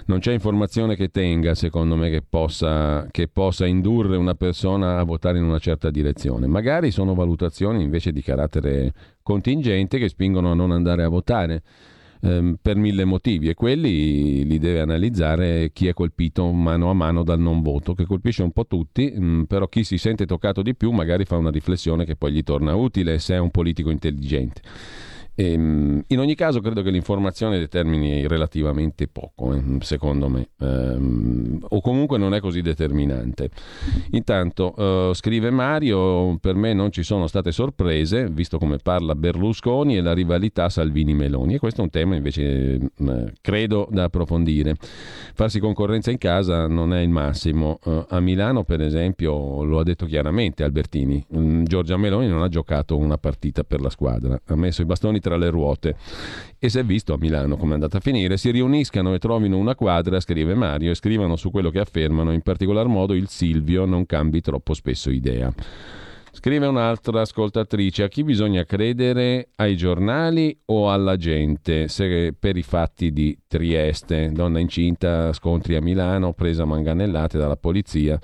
non c'è informazione che tenga, secondo me, che possa, che possa indurre una persona a votare in una certa direzione. Magari sono valutazioni invece di carattere contingente che spingono a non andare a votare ehm, per mille motivi, e quelli li deve analizzare chi è colpito mano a mano dal non voto, che colpisce un po' tutti, mh, però chi si sente toccato di più magari fa una riflessione che poi gli torna utile se è un politico intelligente. E, in ogni caso credo che l'informazione determini relativamente poco, eh, secondo me, ehm, o comunque non è così determinante. Intanto eh, scrive Mario: per me non ci sono state sorprese visto come parla Berlusconi e la rivalità Salvini-Meloni, e questo è un tema invece eh, credo da approfondire. Farsi concorrenza in casa non è il massimo. eh, a Milano per esempio lo ha detto chiaramente Albertini, mm, Giorgia Meloni non ha giocato una partita per la squadra, ha messo i bastoni tra le ruote, e si è visto a Milano come è andata a finire. Si riuniscano e trovino una quadra, scrive Mario, e scrivano su quello che affermano, in particolar modo il Silvio non cambi troppo spesso idea. Scrive un'altra ascoltatrice: a chi bisogna credere, ai giornali o alla gente? Se per i fatti di Trieste, donna incinta, scontri a Milano, presa a manganellate dalla polizia,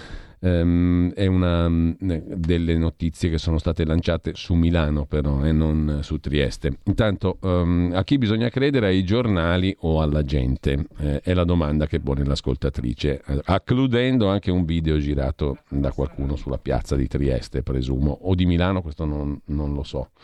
Um, è una um, delle notizie che sono state lanciate su Milano, però, e eh, non su Trieste. Intanto, um, a chi bisogna credere, ai giornali o alla gente? Eh, è la domanda che pone l'ascoltatrice, eh, accludendo anche un video girato da qualcuno sulla piazza di Trieste, presumo, o di Milano, questo non, non lo so.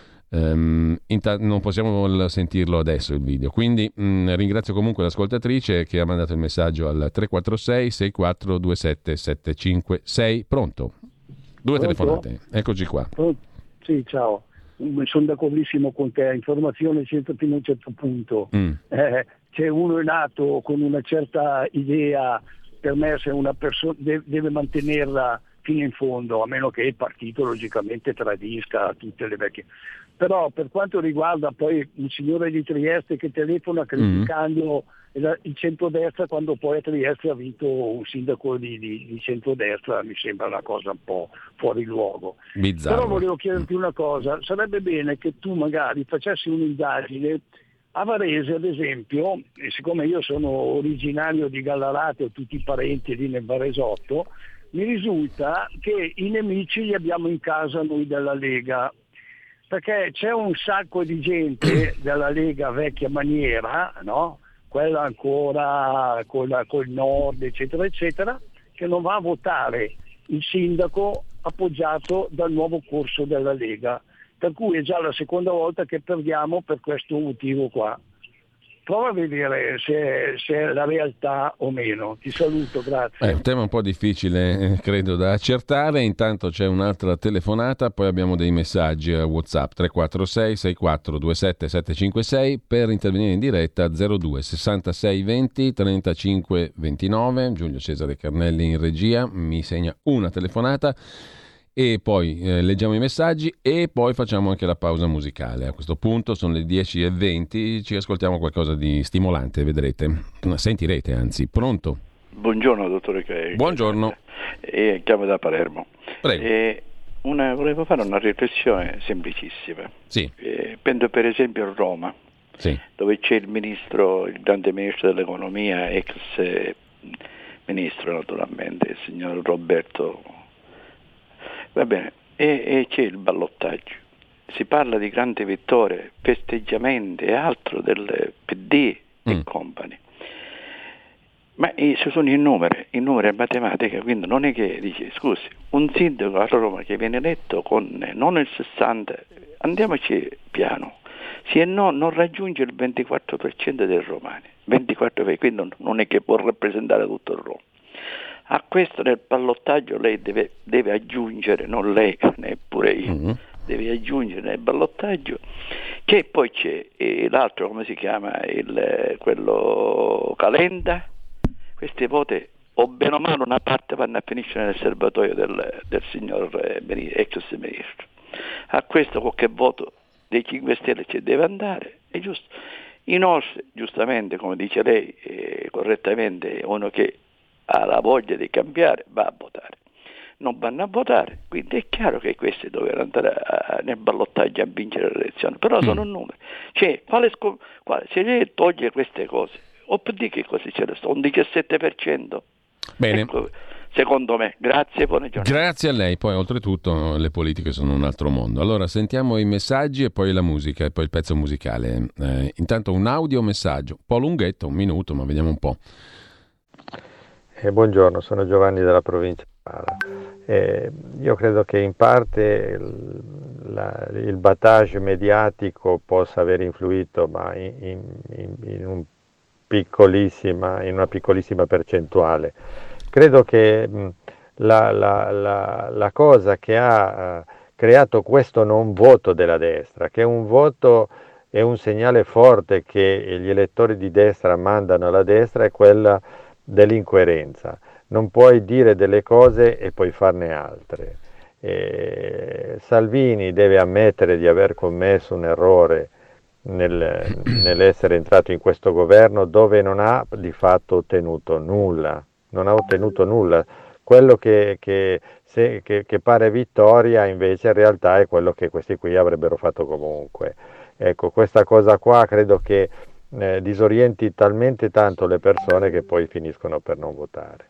Um, ta- non possiamo sentirlo adesso il video, quindi mh, ringrazio comunque l'ascoltatrice che ha mandato il messaggio al tre quattro sei sei quattro due sette sette cinque sei. Pronto? Due Pronto? telefonate, eccoci qua. Pronto? Sì, ciao, sono d'accordissimo con te, informazione sempre fino a un certo punto. Mm. Eh, c'è uno è nato con una certa idea, per me se una persona deve, deve mantenerla fino in fondo, a meno che il partito logicamente tradisca tutte le vecchie. Però per quanto riguarda poi il signore di Trieste che telefona criticando mm. il centrodestra, quando poi a Trieste ha vinto un sindaco di, di, di centrodestra, mi sembra una cosa un po' fuori luogo. Bizzarro. Però volevo chiederti una cosa: sarebbe bene che tu magari facessi un'indagine a Varese, ad esempio, e siccome io sono originario di Gallarate, ho tutti i parenti lì nel Varesotto, mi risulta che i nemici li abbiamo in casa noi della Lega, perché c'è un sacco di gente della Lega vecchia maniera, no? Quella ancora con la, col nord, eccetera, eccetera, che non va a votare il sindaco appoggiato dal nuovo corso della Lega, per cui è già la seconda volta che perdiamo per questo motivo qua. Prova a vedere se, se è la realtà o meno. Ti saluto, grazie. È un tema un po' difficile, credo, da accertare. Intanto c'è un'altra telefonata, poi abbiamo dei messaggi a WhatsApp tre quattro sei sei quattro due sette sette cinque sei per intervenire in diretta zero due sessantasei venti trentacinque ventinove. Giulio Cesare Carnelli in regia mi segna una telefonata. E poi eh, leggiamo i messaggi e poi facciamo anche la pausa musicale. A questo punto sono le dieci e venti, ci ascoltiamo qualcosa di stimolante, vedrete, sentirete anzi. Pronto? Buongiorno dottore Craig. Buongiorno. E chiamo da Palermo. Prego. E una, volevo fare una riflessione semplicissima. Sì. E penso per esempio a Roma, sì, dove c'è il ministro, il grande ministro dell'economia, ex ministro naturalmente, il signor Roberto. Va bene, e, e c'è il ballottaggio. Si parla di grandi vittorie, festeggiamenti e altro del P D e mm. company. Ma eh, ci sono i numeri, i numeri è matematica, quindi non è che dice, scusi, un sindaco a Roma che viene eletto con eh, non il sessanta, andiamoci piano, se no non raggiunge il ventiquattro per cento dei romani, ventiquattro per cento, quindi non è che può rappresentare tutto il Roma. A questo nel ballottaggio lei deve, deve aggiungere, non lei, neppure io, mm-hmm. deve aggiungere nel ballottaggio che poi c'è eh, l'altro, come si chiama, il, quello Calenda, queste voti o bene o male una parte vanno a finire nel serbatoio del, del signor eh, ex ministro. A questo qualche voto dei cinque Stelle ci deve andare, è giusto. Inoltre, giustamente, come dice lei, eh, correttamente, uno che ha la voglia di cambiare va a votare, non vanno a votare, quindi è chiaro che questi dovevano andare a, nel ballottaggio a vincere le elezioni, però sono mm. numeri, cioè quale, quale, se lei toglie queste cose O P D che così ce ne sto? Un diciassette per cento. Bene. Ecco, secondo me. Grazie, buona giornata. Grazie a lei. Poi oltretutto le politiche sono un altro mondo. Allora sentiamo i messaggi e poi la musica e poi il pezzo musicale. Eh, intanto un audio messaggio, un po' lunghetto, un minuto, ma vediamo un po'. Eh, buongiorno, sono Giovanni della provincia di Pala. Eh, io credo che in parte il, la, il battage mediatico possa aver influito, ma in, in, in, un piccolissima, in una piccolissima percentuale. Credo che mh, la, la, la, la cosa che ha uh, creato questo non voto della destra, che è un voto e un segnale forte che gli elettori di destra mandano alla destra, è quella dell'incoerenza. Non puoi dire delle cose e poi farne altre. E Salvini deve ammettere di aver commesso un errore nel, nell'essere entrato in questo governo, dove non ha di fatto ottenuto nulla. Non ha ottenuto nulla. Quello che, che, se, che, che pare vittoria invece in realtà è quello che questi qui avrebbero fatto comunque. Ecco, questa cosa qua credo che eh, disorienti talmente tanto le persone che poi finiscono per non votare.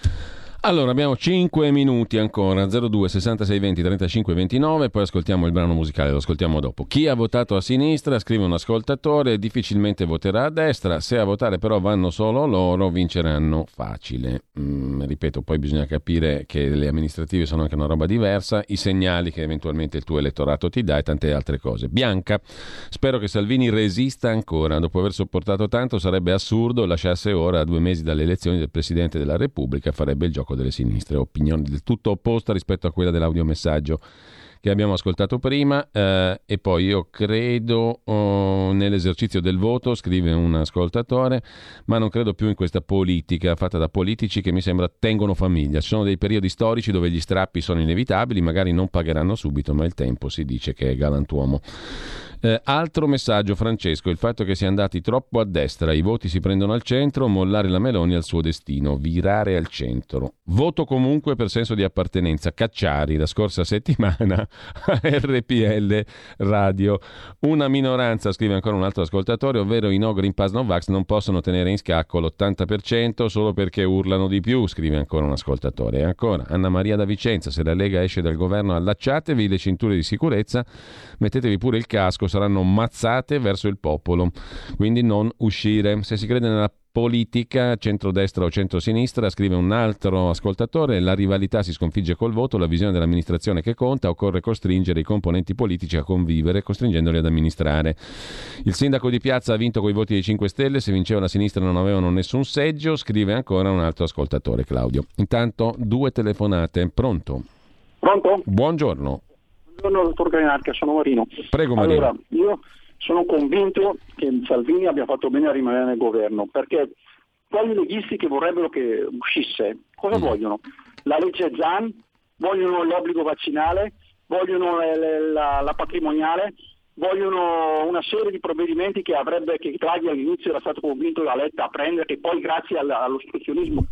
Allora abbiamo cinque minuti ancora, zero due sessantasei venti trentacinque ventinove, poi ascoltiamo il brano musicale, lo ascoltiamo dopo. Chi ha votato a sinistra, scrive un ascoltatore, difficilmente voterà a destra, se a votare però vanno solo loro vinceranno facile. Mm, ripeto, poi bisogna capire che le amministrative sono anche una roba diversa, i segnali che eventualmente il tuo elettorato ti dà e tante altre cose. Bianca, spero che Salvini resista ancora, dopo aver sopportato tanto sarebbe assurdo lasciasse ora a due mesi dalle elezioni del Presidente della Repubblica, farebbe il gioco delle sinistre. Opinione del tutto opposta rispetto a quella dell'audiomessaggio che abbiamo ascoltato prima. Eh, e poi io credo oh, nell'esercizio del voto, scrive un ascoltatore, ma non credo più in questa politica fatta da politici che mi sembra tengono famiglia. Ci sono dei periodi storici dove gli strappi sono inevitabili, magari non pagheranno subito, ma il tempo si dice che è galantuomo. Eh, altro messaggio, Francesco, il fatto che sia andati troppo a destra, i voti si prendono al centro, mollare la Meloni al suo destino, virare al centro. Voto comunque per senso di appartenenza. Cacciari, la scorsa settimana a R P L Radio. Una minoranza, scrive ancora un altro ascoltatore, ovvero i no Green Pass no Vax non possono tenere in scacco l'ottanta per cento solo perché urlano di più, scrive ancora un ascoltatore. E ancora, Anna Maria da Vicenza, se la Lega esce dal governo allacciatevi le cinture di sicurezza, mettetevi pure il casco, saranno mazzate verso il popolo, quindi non uscire. Se si crede nella politica, centrodestra o centrosinistra, scrive un altro ascoltatore, la rivalità si sconfigge col voto, la visione dell'amministrazione che conta, occorre costringere i componenti politici a convivere, costringendoli ad amministrare. Il sindaco di Piazza ha vinto coi voti dei cinque Stelle, se vinceva la sinistra non avevano nessun seggio, scrive ancora un altro ascoltatore, Claudio. Intanto due telefonate, pronto? Pronto? Buongiorno. Buongiorno dottor Gainarca, sono Marino. Prego Marino. Allora, io sono convinto che Salvini abbia fatto bene a rimanere nel governo, perché quali leghisti che vorrebbero che uscisse, cosa mm. vogliono? La legge Zan, vogliono l'obbligo vaccinale, vogliono la, la, la patrimoniale, vogliono una serie di provvedimenti che avrebbe, che Draghi all'inizio era stato convinto da Letta a prendere, che poi grazie all, all'ostruzionismo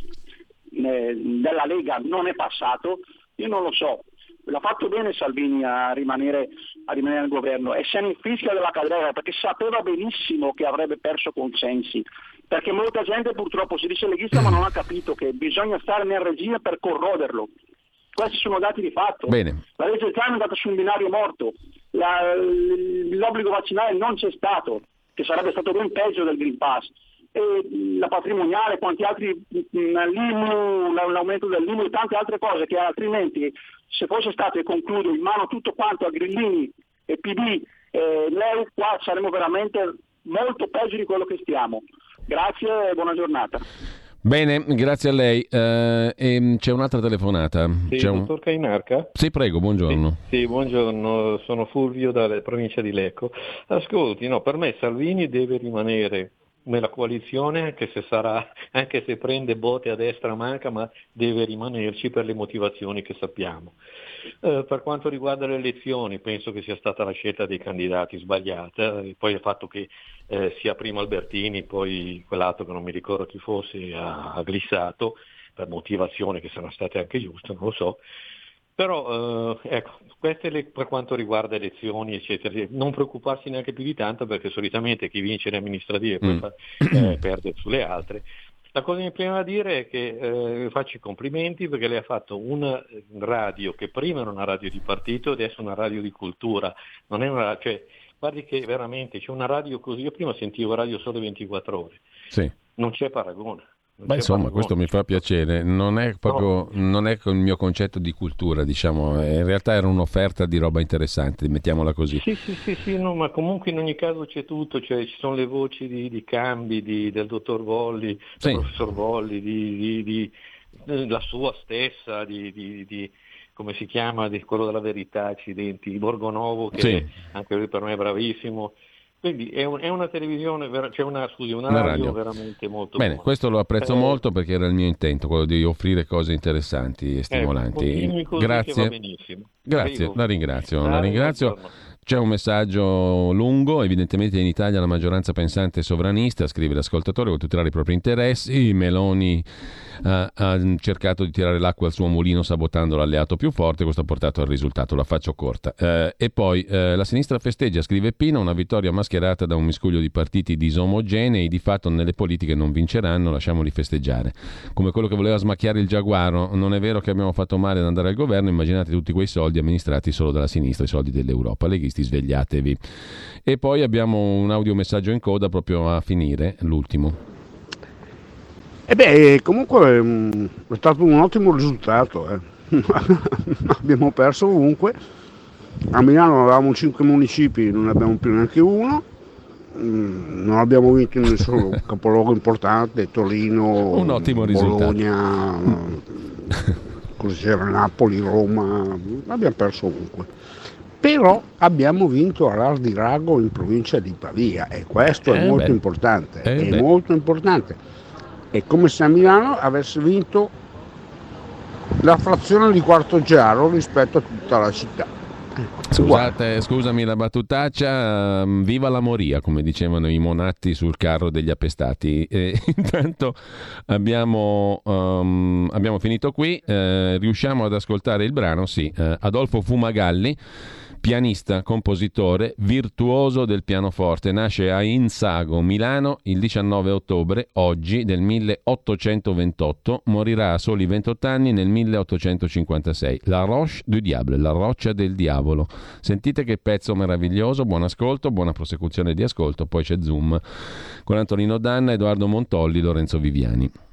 eh, della Lega non è passato. Io non lo so. L'ha fatto bene Salvini a rimanere, a rimanere nel governo e se ne infischia della carriera, perché sapeva benissimo che avrebbe perso consensi, perché molta gente purtroppo si dice leghista ma non ha capito che bisogna stare nel regime per corroderlo. Questi sono dati di fatto. Bene. La legge Zan è andata su un binario morto, la, l'obbligo vaccinale non c'è stato, che sarebbe stato ben peggio del Green Pass. E la patrimoniale, quanti altri, l'I M U, l'aumento dell'I M U e tante altre cose che altrimenti, se fosse stato, e concludo, in mano tutto quanto a Grillini e P D e l'E U, qua saremmo veramente molto peggio di quello che stiamo. Grazie e buona giornata. Bene, grazie a lei. Uh, e c'è un'altra telefonata. Sì, c'è dottor un... Cainarca? Sì, prego, buongiorno. Sì, sì, buongiorno, sono Fulvio dalla provincia di Lecco. Ascolti, no, per me Salvini deve rimanere nella coalizione, anche se sarà, anche se prende botte a destra manca, ma deve rimanerci per le motivazioni che sappiamo. Eh, per quanto riguarda le elezioni, penso che sia stata la scelta dei candidati sbagliata, e poi il fatto che eh, sia prima Albertini, poi quell'altro che non mi ricordo chi fosse, ha, ha glissato per motivazioni che sono state anche giuste, non lo so. Però eh, ecco, queste le, per quanto riguarda elezioni eccetera, non preoccuparsi neanche più di tanto, perché solitamente chi vince le amministrative poi Mm. fa- eh, perde sulle altre. La cosa che mi preme a dire è che eh, faccio i complimenti perché lei ha fatto una radio che prima era una radio di partito, adesso è una radio di cultura. Non è una, cioè, guardi che veramente c'è una radio così, io prima sentivo Radio Sole ventiquattro ore, Sì. non c'è paragone. Non Beh, c'è insomma, paragone. questo mi fa piacere. Non è proprio non è il mio concetto di cultura, diciamo. In realtà era un'offerta di roba interessante, mettiamola così. Sì, sì, sì, sì, no, ma comunque in ogni caso c'è tutto, cioè ci sono le voci di, di Cambi, di- del dottor Volli, Sì. del professor Volli, di, di- di- eh, la sua stessa, di, di- di- come si chiama, di quello della verità, accidenti, Borgonovo, che Sì. anche lui per me è bravissimo. Quindi è, un- è una televisione, vera- cioè una, scusi, una, Una radio, radio. veramente molto Bene, buona. questo lo apprezzo Eh, molto perché era il mio intento, quello di offrire cose interessanti e stimolanti. continui così che va Grazie. benissimo. Grazie, Prego. la ringrazio, la Dai, ringrazio. buongiorno. C'è un messaggio lungo, evidentemente in Italia la maggioranza pensante è sovranista, scrive l'ascoltatore, vuole tutelare i propri interessi. Meloni ha, ha cercato di tirare l'acqua al suo mulino sabotando l'alleato più forte, questo ha portato al risultato, la faccio corta. Eh, e poi eh, la sinistra festeggia, scrive Pino, una vittoria mascherata da un miscuglio di partiti disomogenei, di fatto nelle politiche non vinceranno, lasciamoli festeggiare. Come quello che voleva smacchiare il Giaguaro, non è vero che abbiamo fatto male ad andare al governo, immaginate tutti quei soldi amministrati solo dalla sinistra, i soldi dell'Europa. Leghisti, svegliatevi. E poi abbiamo un audiomessaggio in coda proprio a finire, l'ultimo. E beh, comunque mm, è stato un ottimo risultato. eh. Abbiamo perso ovunque. A Milano avevamo cinque municipi, non ne abbiamo più neanche uno. Mm, Non abbiamo vinto in nessun capoluogo importante, Torino, Un ottimo risultato. Bologna, così c'era Napoli, Roma, abbiamo perso ovunque. Però abbiamo a Lardilago in provincia di Pavia e questo è Eh molto beh. importante, Eh è beh. molto importante. È come se a Milano avesse vinto la frazione di Quartogiaro rispetto a tutta la città. Scusate, scusami la battutaccia, ehm, viva la moria, come dicevano i monatti sul carro degli appestati. E intanto abbiamo, ehm, abbiamo finito qui, eh, riusciamo ad ascoltare il brano, sì, eh, Adolfo Fumagalli, pianista, compositore, virtuoso del pianoforte, nasce a Insago, Milano, il diciannove ottobre, oggi, del milleottocentoventotto, morirà a soli ventotto anni nel milleottocentocinquantasei. La Roche du Diable, la roccia del diavolo. Sentite che pezzo meraviglioso, buon ascolto, buona prosecuzione di ascolto, poi c'è Zoom con Antonino Danna, Edoardo Montolli, Lorenzo Viviani.